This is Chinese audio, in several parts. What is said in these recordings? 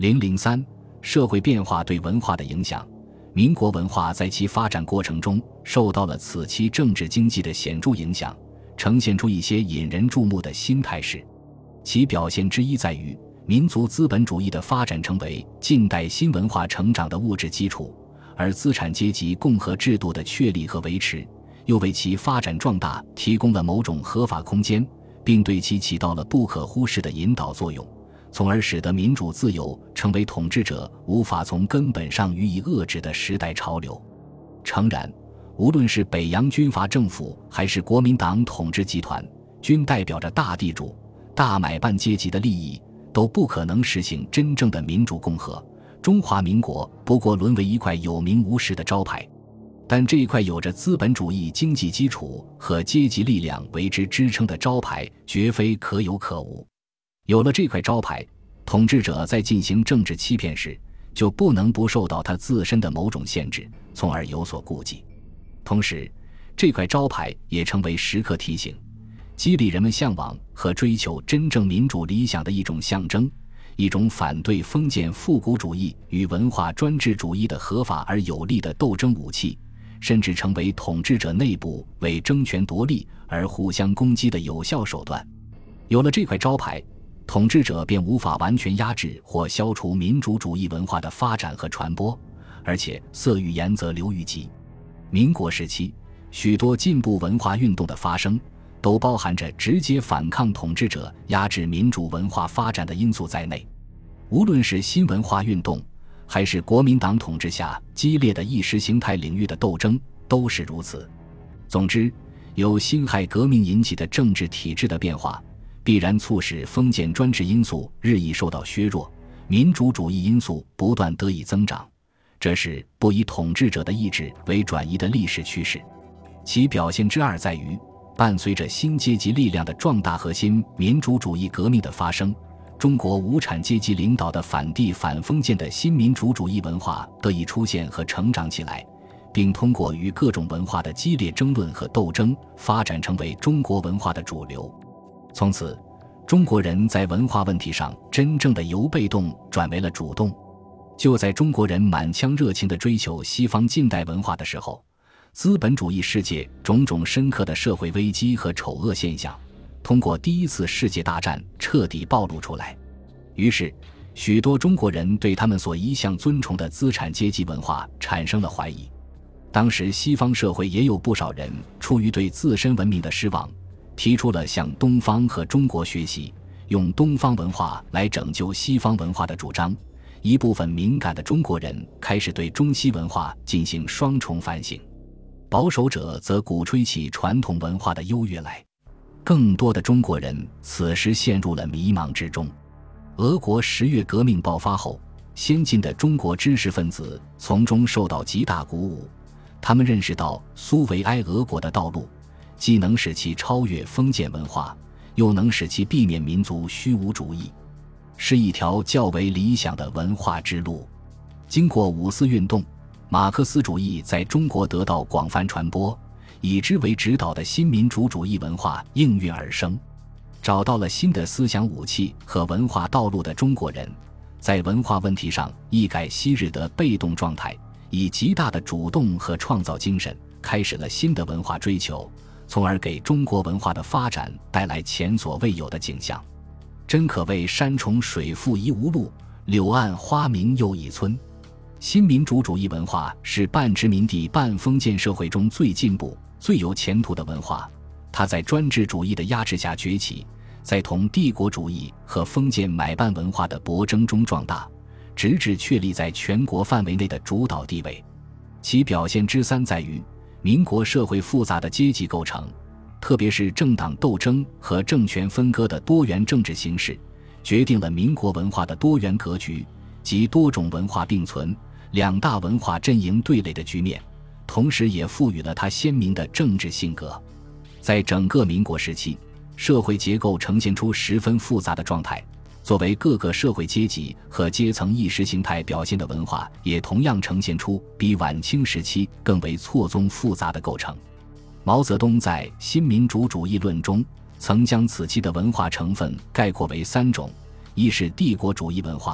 003社会变化对文化的影响。民国文化在其发展过程中受到了此期政治经济的显著影响，呈现出一些引人注目的新态势。其表现之一在于民族资本主义的发展成为近代新文化成长的物质基础，而资产阶级共和制度的确立和维持又为其发展壮大提供了某种合法空间，并对其起到了不可忽视的引导作用，从而使得民主自由成为统治者无法从根本上予以遏制的时代潮流。诚然，无论是北洋军阀政府还是国民党统治集团，均代表着大地主、大买办阶级的利益，都不可能实行真正的民主共和。中华民国不过沦为一块有名无实的招牌，但这一块有着资本主义经济基础和阶级力量为之支撑的招牌绝非可有可无。有了这块招牌，统治者在进行政治欺骗时就不能不受到他自身的某种限制，从而有所顾忌。同时，这块招牌也成为时刻提醒、激励人们向往和追求真正民主理想的一种象征，一种反对封建复古主义与文化专制主义的合法而有力的斗争武器，甚至成为统治者内部为争权夺利而互相攻击的有效手段。有了这块招牌，统治者便无法完全压制或消除民主主义文化的发展和传播，而且色欲严则流于极。民国时期，许多进步文化运动的发生都包含着直接反抗统治者压制民主文化发展的因素在内。无论是新文化运动，还是国民党统治下激烈的意识形态领域的斗争，都是如此。总之，由辛亥革命引起的政治体制的变化，必然促使封建专制因素日益受到削弱，民主主义因素不断得以增长，这是不以统治者的意志为转移的历史趋势。其表现之二在于，伴随着新阶级力量的壮大和新民主主义革命的发生，中国无产阶级领导的反帝反封建的新民主主义文化得以出现和成长起来，并通过与各种文化的激烈争论和斗争，发展成为中国文化的主流。从此，中国人在文化问题上真正的由被动转为了主动。就在中国人满腔热情地追求西方近代文化的时候，资本主义世界种种深刻的社会危机和丑恶现象通过第一次世界大战彻底暴露出来。于是，许多中国人对他们所一向尊崇的资产阶级文化产生了怀疑。当时西方社会也有不少人出于对自身文明的失望，提出了向东方和中国学习，用东方文化来拯救西方文化的主张。一部分敏感的中国人开始对中西文化进行双重反省，保守者则鼓吹起传统文化的优越来。更多的中国人此时陷入了迷茫之中。俄国10月革命爆发后，先进的中国知识分子从中受到极大鼓舞，他们认识到苏维埃俄国的道路既能使其超越封建文化，又能使其避免民族虚无主义，是一条较为理想的文化之路。经过五四运动，马克思主义在中国得到广泛传播，以之为指导的新民主主义文化应运而生。找到了新的思想武器和文化道路的中国人，在文化问题上一改昔日的被动状态，以极大的主动和创造精神开始了新的文化追求，从而给中国文化的发展带来前所未有的景象。真可谓山重水复疑无路，柳暗花明又一村。新民主主义文化是半殖民地半封建社会中最进步、最有前途的文化，它在专制主义的压制下崛起，在同帝国主义和封建买办文化的搏争中壮大，直至确立在全国范围内的主导地位。其表现之三在于，民国社会复杂的阶级构成，特别是政党斗争和政权分割的多元政治形势，决定了民国文化的多元格局及多种文化并存、两大文化阵营对垒的局面，同时也赋予了它鲜明的政治性格。在整个民国时期，社会结构呈现出十分复杂的状态，作为各个社会阶级和阶层意识形态表现的文化也同样呈现出比晚清时期更为错综复杂的构成。毛泽东在《新民主主义论》中曾将此期的文化成分概括为三种：一是帝国主义文化，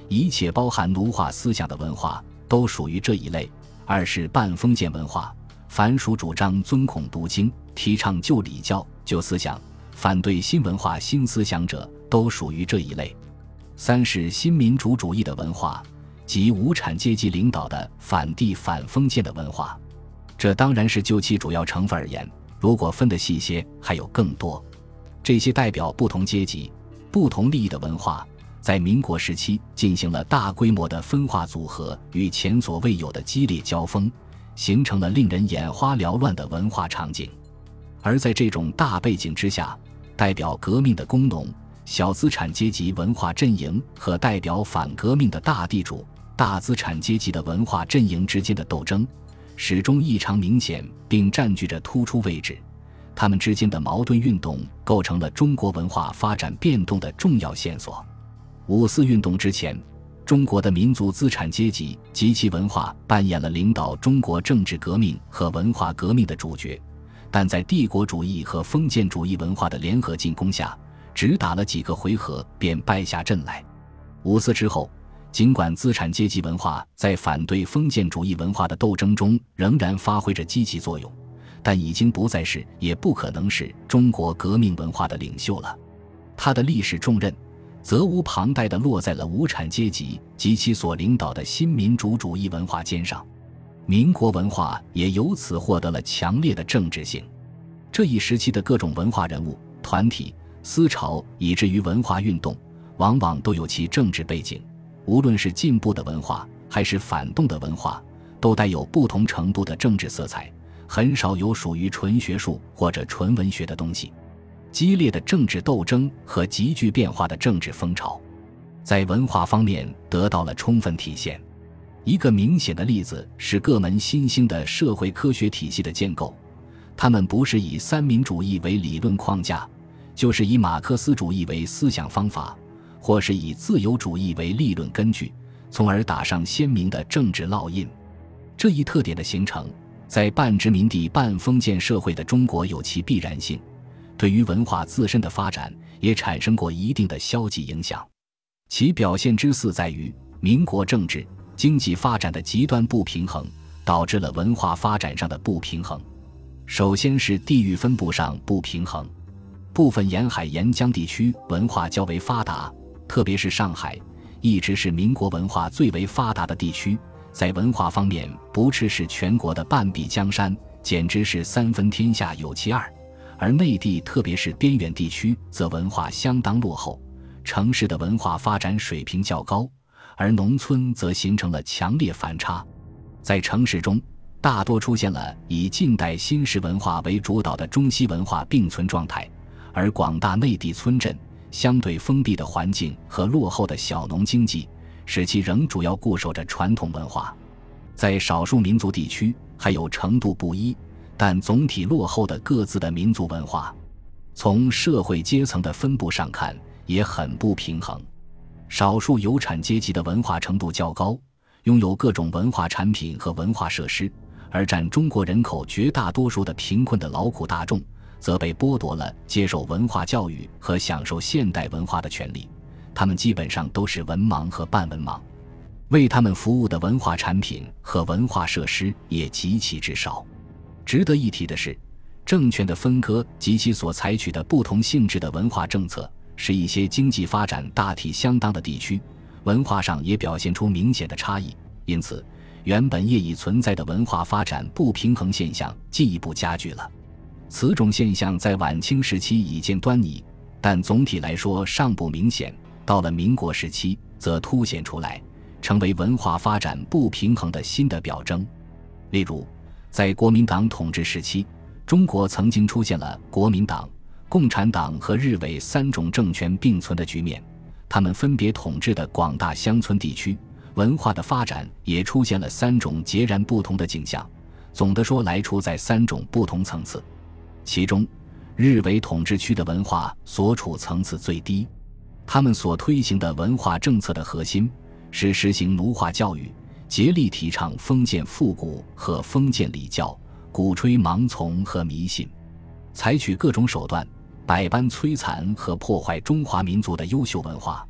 一切包含奴化思想的文化都属于这一类；二是半封建文化，凡属主张尊孔读经、提倡旧礼教、旧思想，反对新文化新思想者都属于这一类；三是新民主主义的文化，即无产阶级领导的反帝反封建的文化。这当然是就其主要成分而言，如果分得细些，还有更多。这些代表不同阶级、不同利益的文化，在民国时期进行了大规模的分化组合与前所未有的激烈交锋，形成了令人眼花缭乱的文化场景。而在这种大背景之下，代表革命的工农、小资产阶级文化阵营和代表反革命的大地主、大资产阶级的文化阵营之间的斗争始终异常明显，并占据着突出位置。他们之间的矛盾运动构成了中国文化发展变动的重要线索。五四运动之前，中国的民族资产阶级及其文化扮演了领导中国政治革命和文化革命的主角，但在帝国主义和封建主义文化的联合进攻下，只打了几个回合便败下阵来。五四之后，尽管资产阶级文化在反对封建主义文化的斗争中仍然发挥着积极作用，但已经不再是，也不可能是中国革命文化的领袖了。他的历史重任责无旁贷地落在了无产阶级及其所领导的新民主主义文化肩上，民国文化也由此获得了强烈的政治性。这一时期的各种文化人物、团体、思潮以至于文化运动，往往都有其政治背景，无论是进步的文化还是反动的文化，都带有不同程度的政治色彩，很少有属于纯学术或者纯文学的东西。激烈的政治斗争和急剧变化的政治风潮，在文化方面得到了充分体现。一个明显的例子是各门新兴的社会科学体系的建构，它们不是以三民主义为理论框架，就是以马克思主义为思想方法，或是以自由主义为理论根据，从而打上鲜明的政治烙印。这一特点的形成，在半殖民地半封建社会的中国有其必然性，对于文化自身的发展也产生过一定的消极影响。其表现之四在于，民国政治、经济发展的极端不平衡，导致了文化发展上的不平衡。首先是地域分布上不平衡，部分沿海沿江地区文化较为发达，特别是上海，一直是民国文化最为发达的地区，在文化方面不啻是全国的半壁江山，简直是三分天下有其二。而内地特别是边远地区则文化相当落后，城市的文化发展水平较高，而农村则形成了强烈反差。在城市中，大多出现了以近代新式文化为主导的中西文化并存状态，而广大内地村镇相对封闭的环境和落后的小农经济，使其仍主要固守着传统文化。在少数民族地区还有程度不一但总体落后的各自的民族文化。从社会阶层的分布上看也很不平衡，少数有产阶级的文化程度较高，拥有各种文化产品和文化设施，而占中国人口绝大多数的贫困的劳苦大众则被剥夺了接受文化教育和享受现代文化的权利，他们基本上都是文盲和半文盲，为他们服务的文化产品和文化设施也极其之少。值得一提的是，政权的分割及其所采取的不同性质的文化政策，使一些经济发展大体相当的地区，文化上也表现出明显的差异，因此原本业已存在的文化发展不平衡现象进一步加剧了。此种现象在晚清时期已见端倪，但总体来说尚不明显，到了民国时期则凸显出来，成为文化发展不平衡的新的表征。例如，在国民党统治时期，中国曾经出现了国民党、共产党和日伪三种政权并存的局面，他们分别统治的广大乡村地区，文化的发展也出现了三种截然不同的景象。总的说来，处在三种不同层次。其中，日伪统治区的文化所处层次最低，他们所推行的文化政策的核心是实行奴化教育，竭力提倡封建复古和封建礼教，鼓吹盲从和迷信，采取各种手段，百般摧残和破坏中华民族的优秀文化，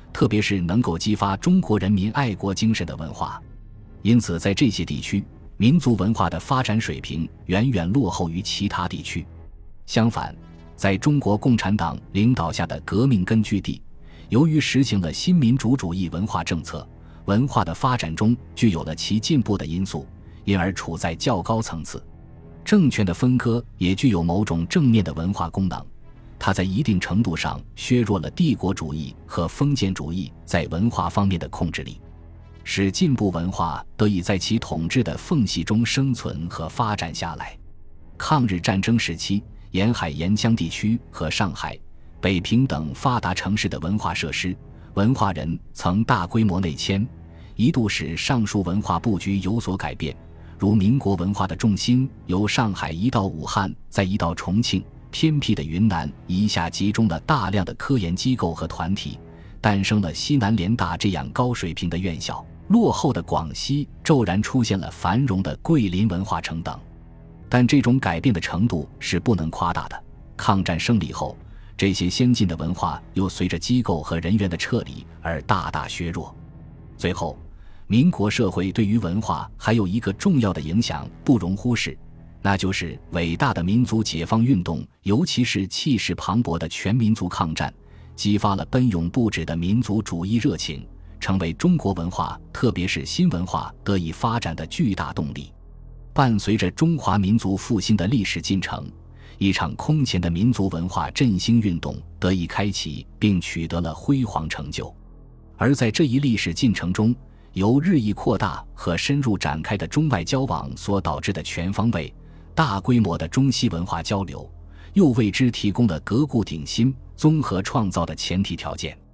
特别是能够激发中国人民爱国精神的文化。因此在这些地区，民族文化的发展水平远远落后于其他地区。相反，在中国共产党领导下的革命根据地，由于实行了新民主主义文化政策，文化的发展中具有了其进步的因素，因而处在较高层次。政权的分割也具有某种正面的文化功能，它在一定程度上削弱了帝国主义和封建主义在文化方面的控制力，使进步文化得以在其统治的缝隙中生存和发展下来。抗日战争时期，沿海沿江地区和上海、北平等发达城市的文化设施，文化人曾大规模内迁，一度使上述文化布局有所改变，如民国文化的重心由上海移到武汉，再移到重庆，偏僻的云南一下集中了大量的科研机构和团体，诞生了西南联大这样高水平的院校。落后的广西骤然出现了繁荣的桂林文化城等。但这种改变的程度是不能夸大的。抗战胜利后，这些先进的文化又随着机构和人员的撤离而大大削弱。最后，民国社会对于文化还有一个重要的影响不容忽视，那就是伟大的民族解放运动，尤其是气势磅礴的全民族抗战，激发了奔涌不止的民族主义热情，成为中国文化特别是新文化得以发展的巨大动力。伴随着中华民族复兴的历史进程，一场空前的民族文化振兴运动得以开启，并取得了辉煌成就。而在这一历史进程中，由日益扩大和深入展开的中外交往所导致的全方位、大规模的中西文化交流，又为之提供了革故鼎新、综合创造的前提条件。